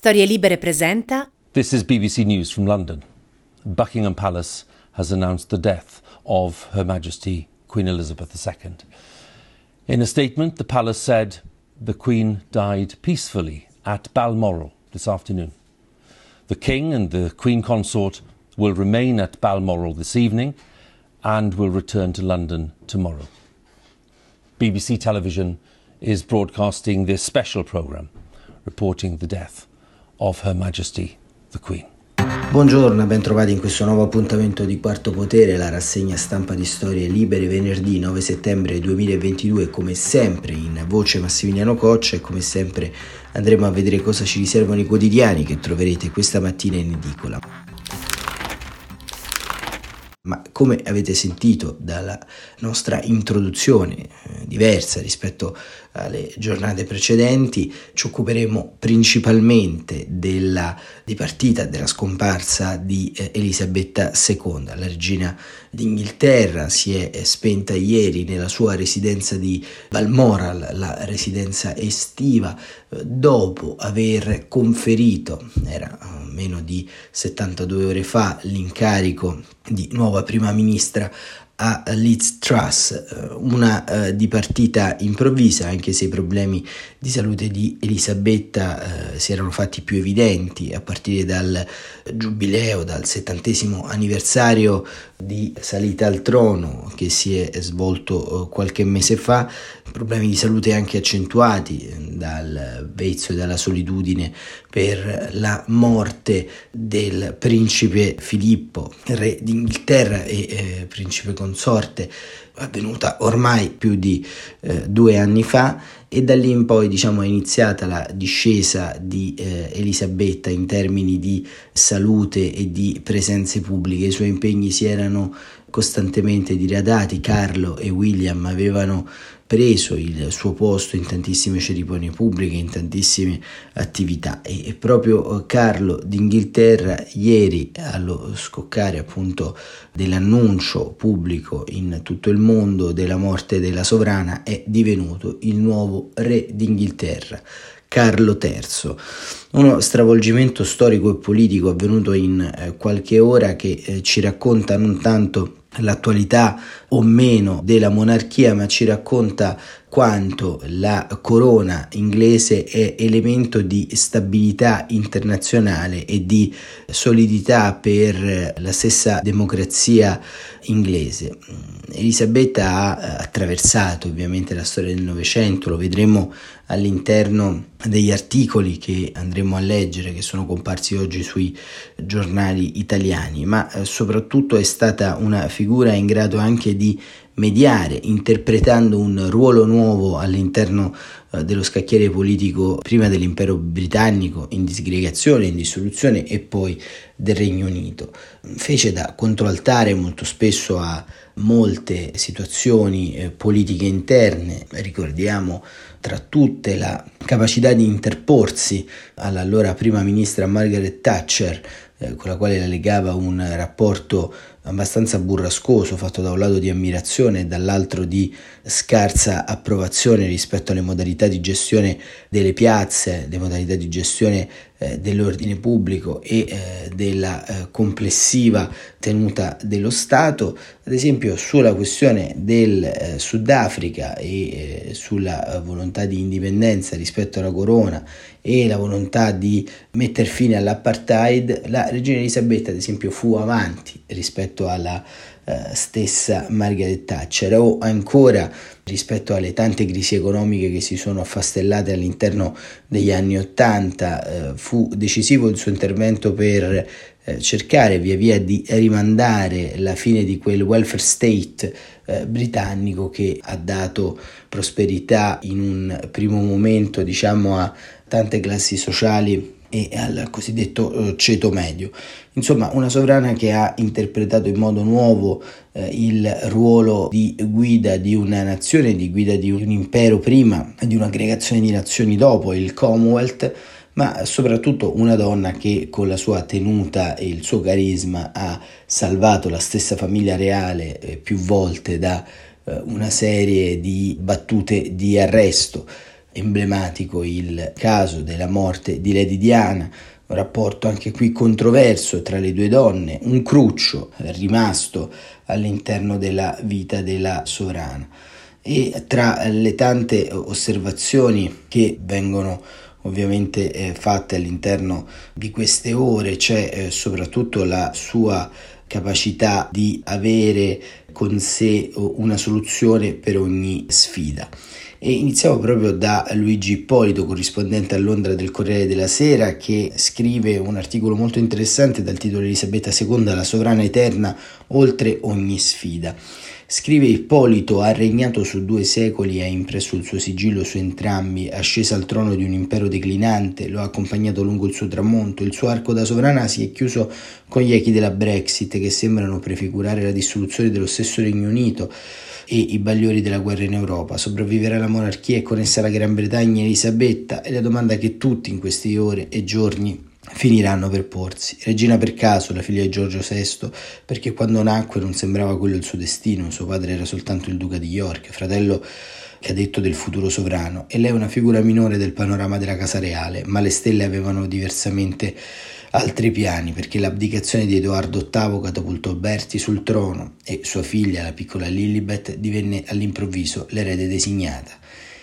Storie Libere presenta. This is BBC News from London. Buckingham Palace has announced the death of Her Majesty Queen Elizabeth II. In a statement, the palace said the Queen died peacefully at Balmoral this afternoon. The King and the Queen Consort will remain at Balmoral this evening and will return to London tomorrow. BBC Television is broadcasting this special programme reporting the death of Her Majesty the Queen. Buongiorno e ben trovati in questo nuovo appuntamento di Quarto Potere, la rassegna stampa di Storie Libere, venerdì 9 settembre 2022, come sempre in voce Massimiliano Coccia, e come sempre andremo a vedere cosa ci riservano i quotidiani che troverete questa mattina in edicola. Ma come avete sentito dalla nostra introduzione, diversa rispetto alle giornate precedenti, ci occuperemo principalmente della dipartita, della scomparsa di Elisabetta II. La regina d'Inghilterra si è spenta ieri nella sua residenza di Balmoral, la residenza estiva, dopo aver conferito, era meno di 72 ore fa, l'incarico di nuova prima ministra a Liz Truss, una dipartita improvvisa, anche se i problemi di salute di Elisabetta si erano fatti più evidenti a partire dal giubileo, dal 70° anniversario di salita al trono che si è svolto qualche mese fa. Problemi di salute anche accentuati dal vezzo e dalla solitudine per la morte del principe Filippo, re d'Inghilterra e principe consorte, avvenuta ormai più di 2 anni fa, e da lì in poi è iniziata la discesa di Elisabetta in termini di salute e di presenze pubbliche. I suoi impegni si erano costantemente diradati. Carlo e William avevano preso il suo posto in tantissime cerimonie pubbliche, in tantissime attività, e proprio Carlo d'Inghilterra ieri, allo scoccare appunto dell'annuncio pubblico in tutto il mondo della morte della sovrana, è divenuto il nuovo re d'Inghilterra, Carlo III. Uno stravolgimento storico e politico avvenuto in qualche ora che ci racconta non tanto l'attualità o meno della monarchia, ma ci racconta quanto la corona inglese è elemento di stabilità internazionale e di solidità per la stessa democrazia inglese. Elisabetta ha attraversato ovviamente la storia del Novecento, lo vedremo all'interno degli articoli che andremo a leggere, che sono comparsi oggi sui giornali italiani, ma soprattutto è stata una figura in grado anche di mediare, interpretando un ruolo nuovo all'interno dello scacchiere politico, prima dell'impero britannico in disgregazione, in dissoluzione, e poi del Regno Unito. Fece da controaltare molto spesso a molte situazioni politiche interne. Ricordiamo tra tutte la capacità di interporsi all'allora prima ministra Margaret Thatcher, con la quale la legava un rapporto abbastanza burrascoso, fatto da un lato di ammirazione e dall'altro di scarsa approvazione rispetto alle modalità di gestione delle piazze, le modalità di gestione dell'ordine pubblico e della complessiva tenuta dello Stato. Ad esempio sulla questione del Sudafrica e sulla volontà di indipendenza rispetto alla corona e la volontà di mettere fine all'apartheid, la regina Elisabetta ad esempio fu avanti rispetto alla stessa Margaret Thatcher, o ancora rispetto alle tante crisi economiche che si sono affastellate all'interno degli anni '80. Fu decisivo il suo intervento per cercare via via di rimandare la fine di quel welfare state britannico che ha dato prosperità in un primo momento a tante classi sociali e al cosiddetto ceto medio. Insomma, una sovrana che ha interpretato in modo nuovo il ruolo di guida di una nazione, di guida di un impero prima, di un'aggregazione di nazioni dopo, il Commonwealth, ma soprattutto una donna che con la sua tenuta e il suo carisma ha salvato la stessa famiglia reale più volte da una serie di battute di arresto. emblematico il caso della morte di Lady Diana, un rapporto anche qui controverso tra le due donne, un cruccio rimasto all'interno della vita della sovrana. E tra le tante osservazioni che vengono ovviamente fatte all'interno di queste ore c'è soprattutto la sua capacità di avere con sé una soluzione per ogni sfida. E iniziamo proprio da Luigi Ippolito, corrispondente a Londra del Corriere della Sera, che scrive un articolo molto interessante dal titolo Elisabetta II, la sovrana eterna oltre ogni sfida. Scrive Ippolito: ha regnato su 2 secoli, ha impresso il suo sigillo su entrambi, ascesa al trono di un impero declinante, lo ha accompagnato lungo il suo tramonto, il suo arco da sovrana si è chiuso con gli echi della Brexit che sembrano prefigurare la dissoluzione dello stesso Regno Unito e i bagliori della guerra in Europa. Sopravviverà la monarchia e con essa la Gran Bretagna e Elisabetta? È la domanda che tutti in queste ore e giorni finiranno per porsi. Regina per caso, la figlia di Giorgio VI, perché quando nacque non sembrava quello il suo destino, suo padre era soltanto il duca di York, fratello cadetto del futuro sovrano, e lei una figura minore del panorama della casa reale, ma le stelle avevano diversamente altri piani, perché l'abdicazione di Edoardo VIII catapultò Bertie sul trono e sua figlia, la piccola Lilibet, divenne all'improvviso l'erede designata.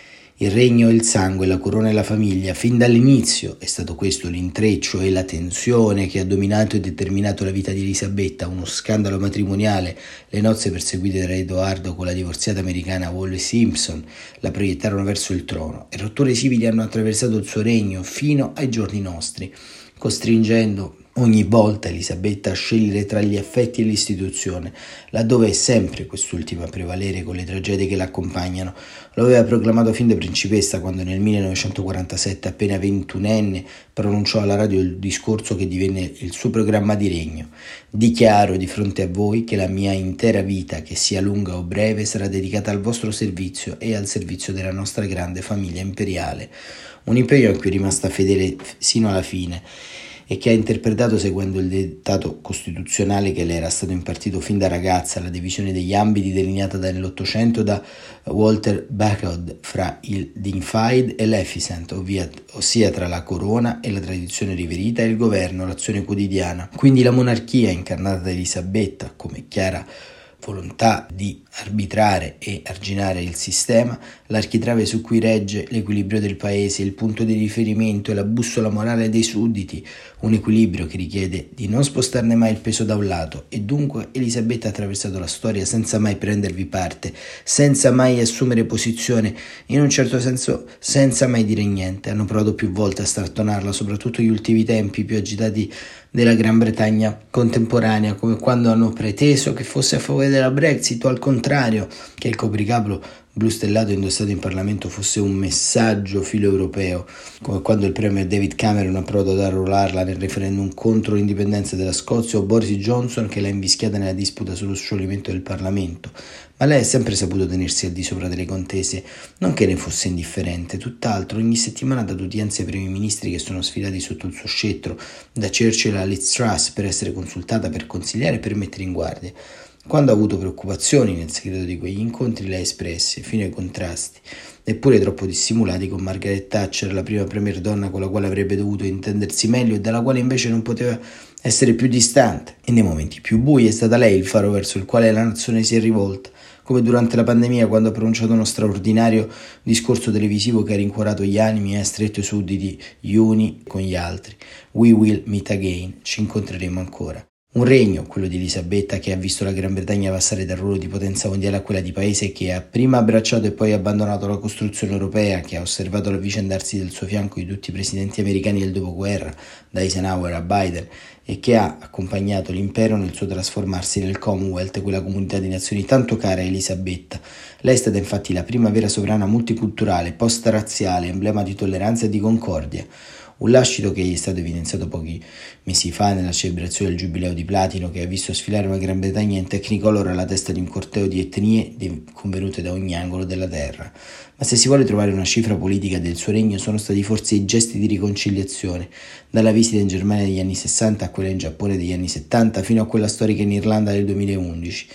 Il regno, il sangue, la corona e la famiglia, fin dall'inizio è stato questo l'intreccio e la tensione che ha dominato e determinato la vita di Elisabetta, uno scandalo matrimoniale, le nozze perseguite da Edoardo con la divorziata americana Wally Simpson la proiettarono verso il trono e rotture simili hanno attraversato il suo regno fino ai giorni nostri, costringendo ogni volta Elisabetta a scegliere tra gli affetti e l'istituzione, laddove è sempre quest'ultima a prevalere con le tragedie che l'accompagnano. Lo aveva proclamato fin da principessa quando nel 1947, appena 21enne, pronunciò alla radio il discorso che divenne il suo programma di regno. Dichiaro di fronte a voi che la mia intera vita, che sia lunga o breve, sarà dedicata al vostro servizio e al servizio della nostra grande famiglia imperiale. Un impegno a cui è rimasta fedele sino alla fine e che ha interpretato seguendo il dettato costituzionale che le era stato impartito fin da ragazza, la divisione degli ambiti delineata nell'Ottocento da Walter Bagehot fra il dignified e l'efficient, ossia tra la corona e la tradizione riverita e il governo, l'azione quotidiana. Quindi la monarchia incarnata da Elisabetta come chiara volontà di arbitrare e arginare il sistema, l'architrave su cui regge l'equilibrio del paese, il punto di riferimento e la bussola morale dei sudditi, un equilibrio che richiede di non spostarne mai il peso da un lato, e dunque Elisabetta ha attraversato la storia senza mai prendervi parte, senza mai assumere posizione, in un certo senso senza mai dire niente. Hanno provato più volte a strattonarla, soprattutto gli ultimi tempi più agitati della Gran Bretagna contemporanea, come quando hanno preteso che fosse a favore della Brexit, o al contrario, che il copricapo blu stellato indossato in Parlamento fosse un messaggio filo-europeo, come quando il premier David Cameron ha provato ad arruolarla nel referendum contro l'indipendenza della Scozia, o Boris Johnson che l'ha invischiata nella disputa sullo scioglimento del Parlamento. Ma lei ha sempre saputo tenersi al di sopra delle contese, non che ne fosse indifferente, tutt'altro. Ogni settimana ha dato udienze ai primi ministri che sono sfilati sotto il suo scettro, da Churchill a Liz Truss, per essere consultata, per consigliare e per mettere in guardia. Quando ha avuto preoccupazioni nel segreto di quegli incontri le ha espresse, fino ai contrasti, neppure troppo dissimulati, con Margaret Thatcher, la prima premier donna con la quale avrebbe dovuto intendersi meglio e dalla quale invece non poteva essere più distante. E nei momenti più bui è stata lei il faro verso il quale la nazione si è rivolta, come durante la pandemia, quando ha pronunciato uno straordinario discorso televisivo che ha rincuorato gli animi e ha stretto i sudditi gli uni con gli altri. We will meet again, ci incontreremo ancora. Un regno, quello di Elisabetta, che ha visto la Gran Bretagna passare dal ruolo di potenza mondiale a quella di paese che ha prima abbracciato e poi abbandonato la costruzione europea, che ha osservato l'avvicendarsi del suo fianco di tutti i presidenti americani del dopoguerra, da Eisenhower a Biden, e che ha accompagnato l'impero nel suo trasformarsi nel Commonwealth, quella comunità di nazioni tanto cara a Elisabetta. Lei è stata infatti la prima vera sovrana multiculturale, post-razziale, emblema di tolleranza e di concordia. Un lascito che gli è stato evidenziato pochi mesi fa nella celebrazione del Giubileo di Platino, che ha visto sfilare una Gran Bretagna in Technicolor alla testa di un corteo di etnie convenute da ogni angolo della terra. Ma se si vuole trovare una cifra politica del suo regno, sono stati forse i gesti di riconciliazione, dalla visita in Germania degli anni 60 a quella in Giappone degli anni 70, fino a quella storica in Irlanda del 2011.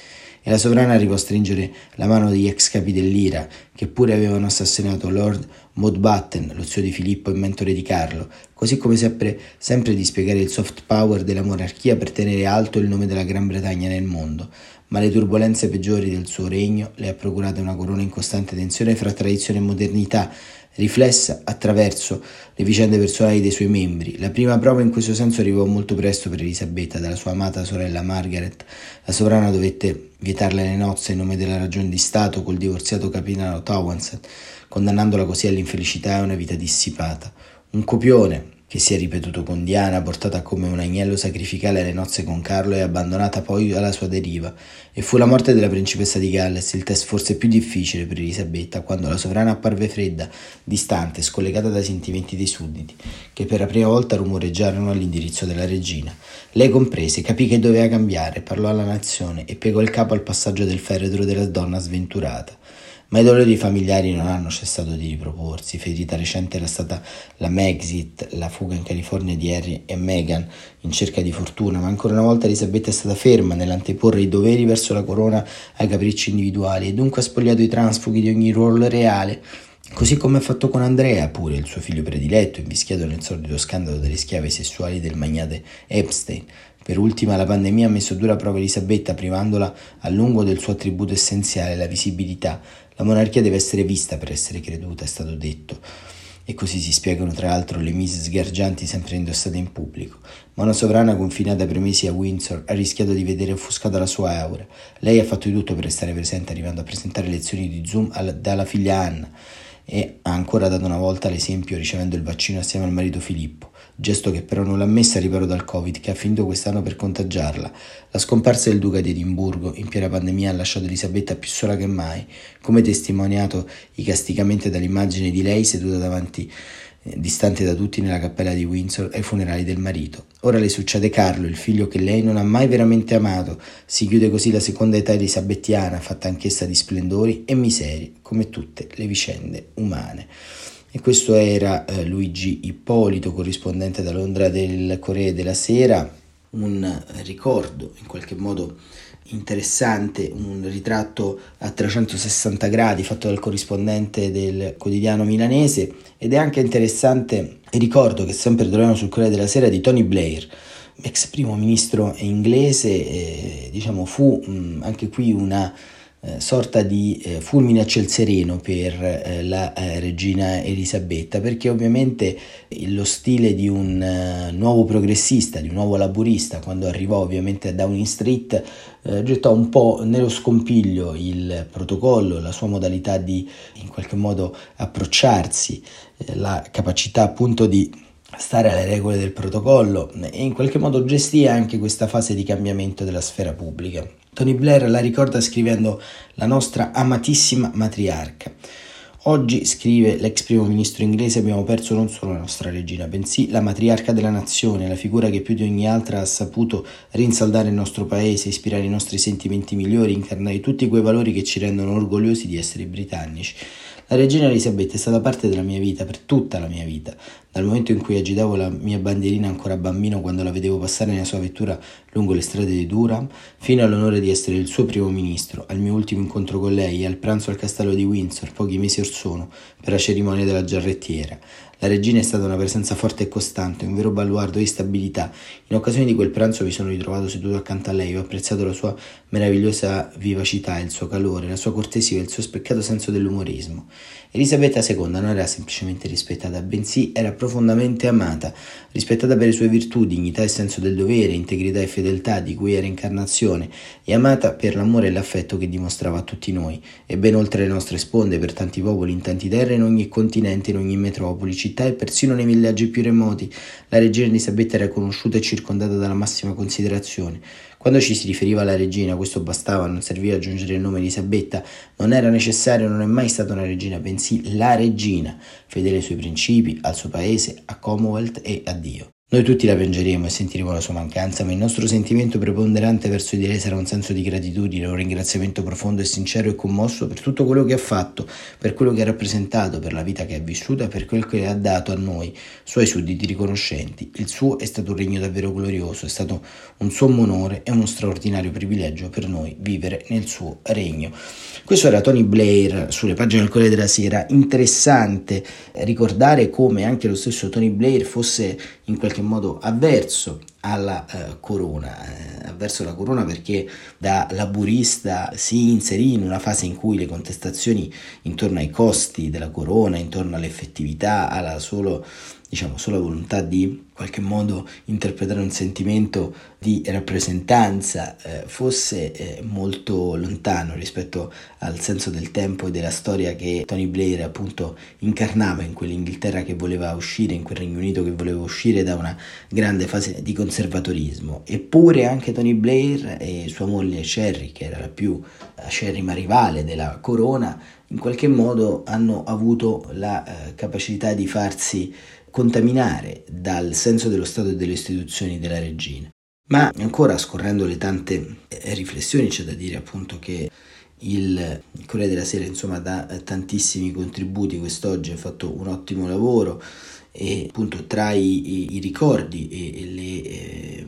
e la sovrana arrivò a stringere la mano degli ex capi dell'IRA, che pure avevano assassinato Lord Mountbatten, lo zio di Filippo e mentore di Carlo, così come sempre di spiegare il soft power della monarchia per tenere alto il nome della Gran Bretagna nel mondo. Ma le turbolenze peggiori del suo regno le ha procurate una corona in costante tensione fra tradizione e modernità, riflessa attraverso le vicende personali dei suoi membri. La prima prova in questo senso arrivò molto presto per Elisabetta. Dalla sua amata sorella Margaret, la sovrana dovette vietarle le nozze in nome della ragione di Stato col divorziato capitano Townshend, condannandola così all'infelicità e a una vita dissipata. Un copione che si è ripetuto con Diana, portata come un agnello sacrificale alle nozze con Carlo e abbandonata poi alla sua deriva. E fu la morte della principessa di Galles il test forse più difficile per Elisabetta, quando la sovrana apparve fredda, distante, scollegata dai sentimenti dei sudditi, che per la prima volta rumoreggiarono all'indirizzo della regina. Lei comprese, capì che doveva cambiare, parlò alla nazione e piegò il capo al passaggio del feretro della donna sventurata. Ma i dolori familiari non hanno cessato di riproporsi. Ferita recente era stata la Megxit, la fuga in California di Harry e Meghan in cerca di fortuna, ma ancora una volta Elisabetta è stata ferma nell'anteporre i doveri verso la corona ai capricci individuali e dunque ha spogliato i transfughi di ogni ruolo reale, così come ha fatto con Andrea, pure il suo figlio prediletto, invischiato nel solito scandalo delle schiave sessuali del magnate Epstein. Per ultima, la pandemia ha messo a dura prova Elisabetta, privandola a lungo del suo attributo essenziale, la visibilità. La monarchia deve essere vista per essere creduta, è stato detto. E così si spiegano tra l'altro le mise sgargianti sempre indossate in pubblico. Ma una sovrana confinata per mesi a Windsor ha rischiato di vedere offuscata la sua aura. Lei ha fatto di tutto per restare presente, arrivando a presentare lezioni di Zoom dalla figlia Anna, e ha ancora dato una volta l'esempio ricevendo il vaccino assieme al marito Filippo, gesto che però non l'ha messa a riparo dal Covid, che ha finito quest'anno per contagiarla. La scomparsa del duca di Edimburgo in piena pandemia ha lasciato Elisabetta più sola che mai, come testimoniato icasticamente dall'immagine di lei seduta davanti, distante da tutti nella cappella di Windsor ai funerali del marito. Ora le succede Carlo, il figlio che lei non ha mai veramente amato. Si chiude così la seconda età elisabettiana, fatta anch'essa di splendori e miserie, come tutte le vicende umane. E questo era Luigi Ippolito, corrispondente da Londra del Corriere della Sera. Un ricordo in qualche modo interessante, un ritratto a 360 gradi fatto dal corrispondente del quotidiano milanese, ed è anche interessante il ricordo che sempre troviamo sul Corriere della Sera di Tony Blair, ex primo ministro inglese. Fu anche qui una sorta di fulmine a ciel sereno per la regina Elisabetta, perché ovviamente lo stile di un nuovo progressista, di un nuovo laburista, quando arrivò ovviamente a Downing Street, gettò un po' nello scompiglio il protocollo, la sua modalità di in qualche modo approcciarsi, la capacità appunto di stare alle regole del protocollo, e in qualche modo gestì anche questa fase di cambiamento della sfera pubblica. Tony Blair la ricorda scrivendo: la nostra amatissima matriarca. Oggi, scrive l'ex primo ministro inglese, abbiamo perso non solo la nostra regina, bensì la matriarca della nazione, la figura che più di ogni altra ha saputo rinsaldare il nostro paese, ispirare i nostri sentimenti migliori, incarnare tutti quei valori che ci rendono orgogliosi di essere britannici. La regina Elisabetta è stata parte della mia vita per tutta la mia vita, dal momento in cui agitavo la mia bandierina ancora bambino quando la vedevo passare nella sua vettura lungo le strade di Durham, fino all'onore di essere il suo primo ministro, al mio ultimo incontro con lei e al pranzo al castello di Windsor pochi mesi or sono per la cerimonia della giarrettiera. La regina è stata una presenza forte e costante, un vero baluardo di stabilità. In occasione di quel pranzo mi sono ritrovato seduto accanto a lei, ho apprezzato la sua meravigliosa vivacità, il suo calore, la sua cortesia e il suo speccato senso dell'umorismo. Elisabetta II non era semplicemente rispettata, bensì era profondamente amata, rispettata per le sue virtù, dignità e senso del dovere, integrità e fedeltà di cui era incarnazione, e amata per l'amore e l'affetto che dimostrava a tutti noi, e ben oltre le nostre sponde, per tanti popoli in tanti terre, in ogni continente, in ogni metropoli, città e persino nei villaggi più remoti. La regina Elisabetta era conosciuta e circondata dalla massima considerazione. Quando ci si riferiva alla regina, questo bastava, non serviva aggiungere il nome Elisabetta, non era necessario, non è mai stata una regina, bensì la regina, fedele ai suoi principi, al suo paese, a Commonwealth e a Dio. Noi tutti la piangeremo e sentiremo la sua mancanza, ma il nostro sentimento preponderante verso di lei sarà un senso di gratitudine, un ringraziamento profondo e sincero e commosso per tutto quello che ha fatto, per quello che ha rappresentato, per la vita che ha vissuto e per quel che ha dato a noi, suoi sudditi riconoscenti. Il suo è stato un regno davvero glorioso, è stato un sommo onore e uno straordinario privilegio per noi vivere nel suo regno. Questo era Tony Blair sulle pagine del Corriere della Sera. Interessante ricordare come anche lo stesso Tony Blair fosse in qualche modo avverso alla corona, avverso la corona perché da laburista si inserì in una fase in cui le contestazioni intorno ai costi della corona, intorno all'effettività, alla sola volontà di in qualche modo interpretare un sentimento di rappresentanza fosse molto lontano rispetto al senso del tempo e della storia che Tony Blair appunto incarnava in quell'Inghilterra che voleva uscire, in quel Regno Unito che voleva uscire da una grande fase di conservatorismo. Eppure anche Tony Blair e sua moglie Cherry, che era la più acerrima rivale della corona, in qualche modo hanno avuto la capacità di farsi contaminare dal senso dello Stato e delle istituzioni della regina. Ma ancora scorrendo le tante riflessioni c'è da dire appunto che il Corriere della Sera insomma dà tantissimi contributi, quest'oggi ha fatto un ottimo lavoro e appunto tra i ricordi e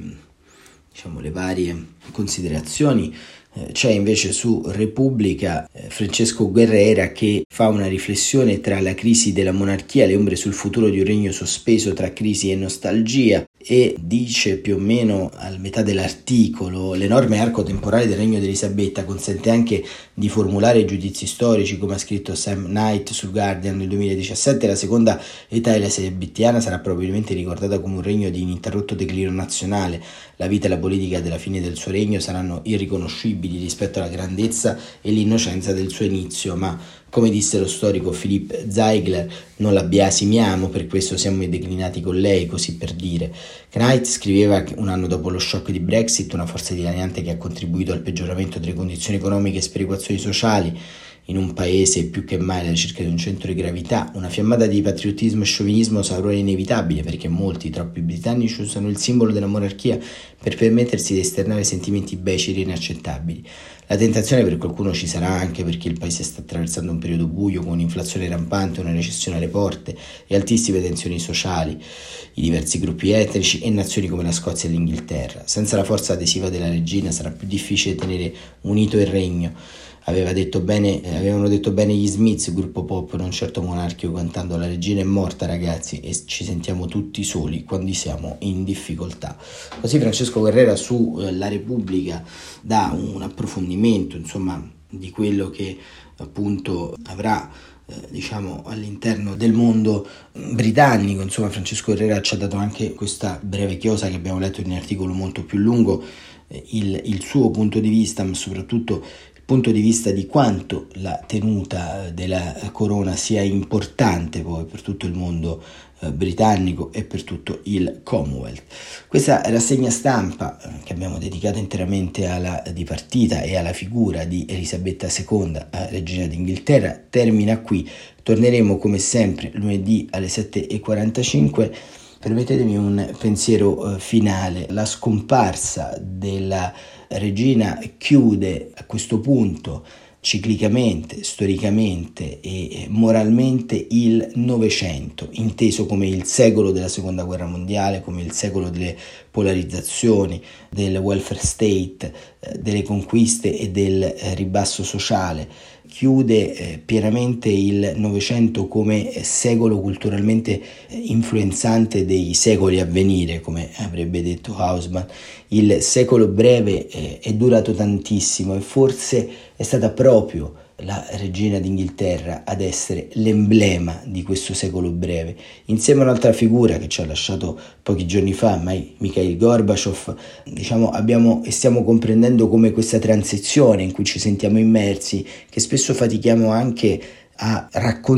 le varie considerazioni c'è invece su Repubblica Francesco Guerrera che fa una riflessione tra la crisi della monarchia, le ombre sul futuro di un regno sospeso tra crisi e nostalgia, e dice più o meno a metà dell'articolo: l'enorme arco temporale del regno di Elisabetta consente anche di formulare giudizi storici, come ha scritto Sam Knight sul Guardian nel 2017. La seconda età elisabettiana sarà probabilmente ricordata come un regno di ininterrotto declino nazionale. La vita e la politica della fine del suo regno saranno irriconoscibili rispetto alla grandezza e l'innocenza del suo inizio, ma come disse lo storico Philipp Zeigler, non la biasimiamo, per questo siamo declinati con lei, così per dire. Knight scriveva che un anno dopo lo shock di Brexit, una forza dilaniante che ha contribuito al peggioramento delle condizioni economiche e sperequazioni sociali in un paese più che mai alla ricerca di un centro di gravità, una fiammata di patriottismo e sciovinismo sarà inevitabile, perché molti, troppi britannici usano il simbolo della monarchia per permettersi di esternare sentimenti beceri e inaccettabili. La tentazione per qualcuno ci sarà, anche perché il paese sta attraversando un periodo buio con un'inflazione rampante, una recessione alle porte e altissime tensioni sociali, i diversi gruppi etnici e nazioni come la Scozia e l'Inghilterra. Senza la forza adesiva della regina sarà più difficile tenere unito il regno. Avevano detto bene gli Smiths, gruppo pop non certo monarchico, cantando "La regina è morta ragazzi e ci sentiamo tutti soli quando siamo in difficoltà". Così Francesco Guerrera su La Repubblica dà un approfondimento insomma di quello che appunto avrà all'interno del mondo britannico. Insomma, Francesco Guerrera ci ha dato anche questa breve chiosa che abbiamo letto in un articolo molto più lungo, il suo punto di vista, ma soprattutto punto di vista di quanto la tenuta della corona sia importante poi per tutto il mondo britannico e per tutto il Commonwealth. Questa rassegna stampa che abbiamo dedicato interamente alla dipartita e alla figura di Elisabetta II, regina d'Inghilterra, termina qui. Torneremo come sempre lunedì alle 7:45. Permettetemi un pensiero finale. La scomparsa della regina chiude a questo punto ciclicamente, storicamente e moralmente il Novecento, inteso come il secolo della Seconda Guerra Mondiale, come il secolo delle polarizzazioni, del welfare state, delle conquiste e del ribasso sociale. Chiude pienamente il Novecento come secolo culturalmente influenzante dei secoli a venire, come avrebbe detto Haussmann. Il secolo breve è durato tantissimo e forse è stata proprio la regina d'Inghilterra ad essere l'emblema di questo secolo breve, insieme a un'altra figura che ci ha lasciato pochi giorni fa, Mikhail Gorbachev. Abbiamo e stiamo comprendendo come questa transizione in cui ci sentiamo immersi, che spesso fatichiamo anche a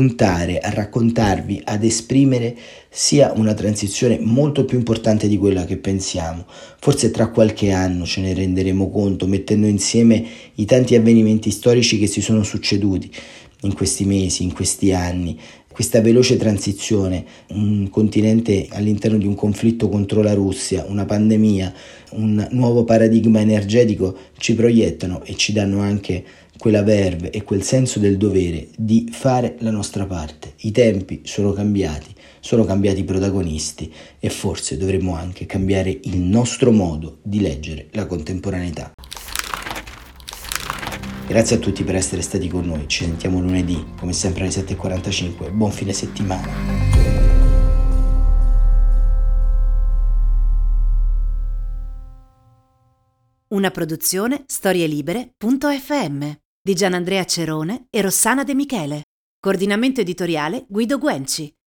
raccontarvi, ad esprimere, sia una transizione molto più importante di quella che pensiamo. Forse tra qualche anno ce ne renderemo conto, mettendo insieme i tanti avvenimenti storici che si sono succeduti in questi mesi, in questi anni, questa veloce transizione, un continente all'interno di un conflitto contro la Russia, una pandemia, un nuovo paradigma energetico ci proiettano e ci danno anche quella verve e quel senso del dovere di fare la nostra parte. I tempi sono cambiati i protagonisti e forse dovremmo anche cambiare il nostro modo di leggere la contemporaneità. Grazie a tutti per essere stati con noi, ci sentiamo lunedì, come sempre alle 7:45, buon fine settimana. Una produzione storielibere.fm di Gianandrea Cerone e Rossana De Michele. Coordinamento editoriale Guido Guenci.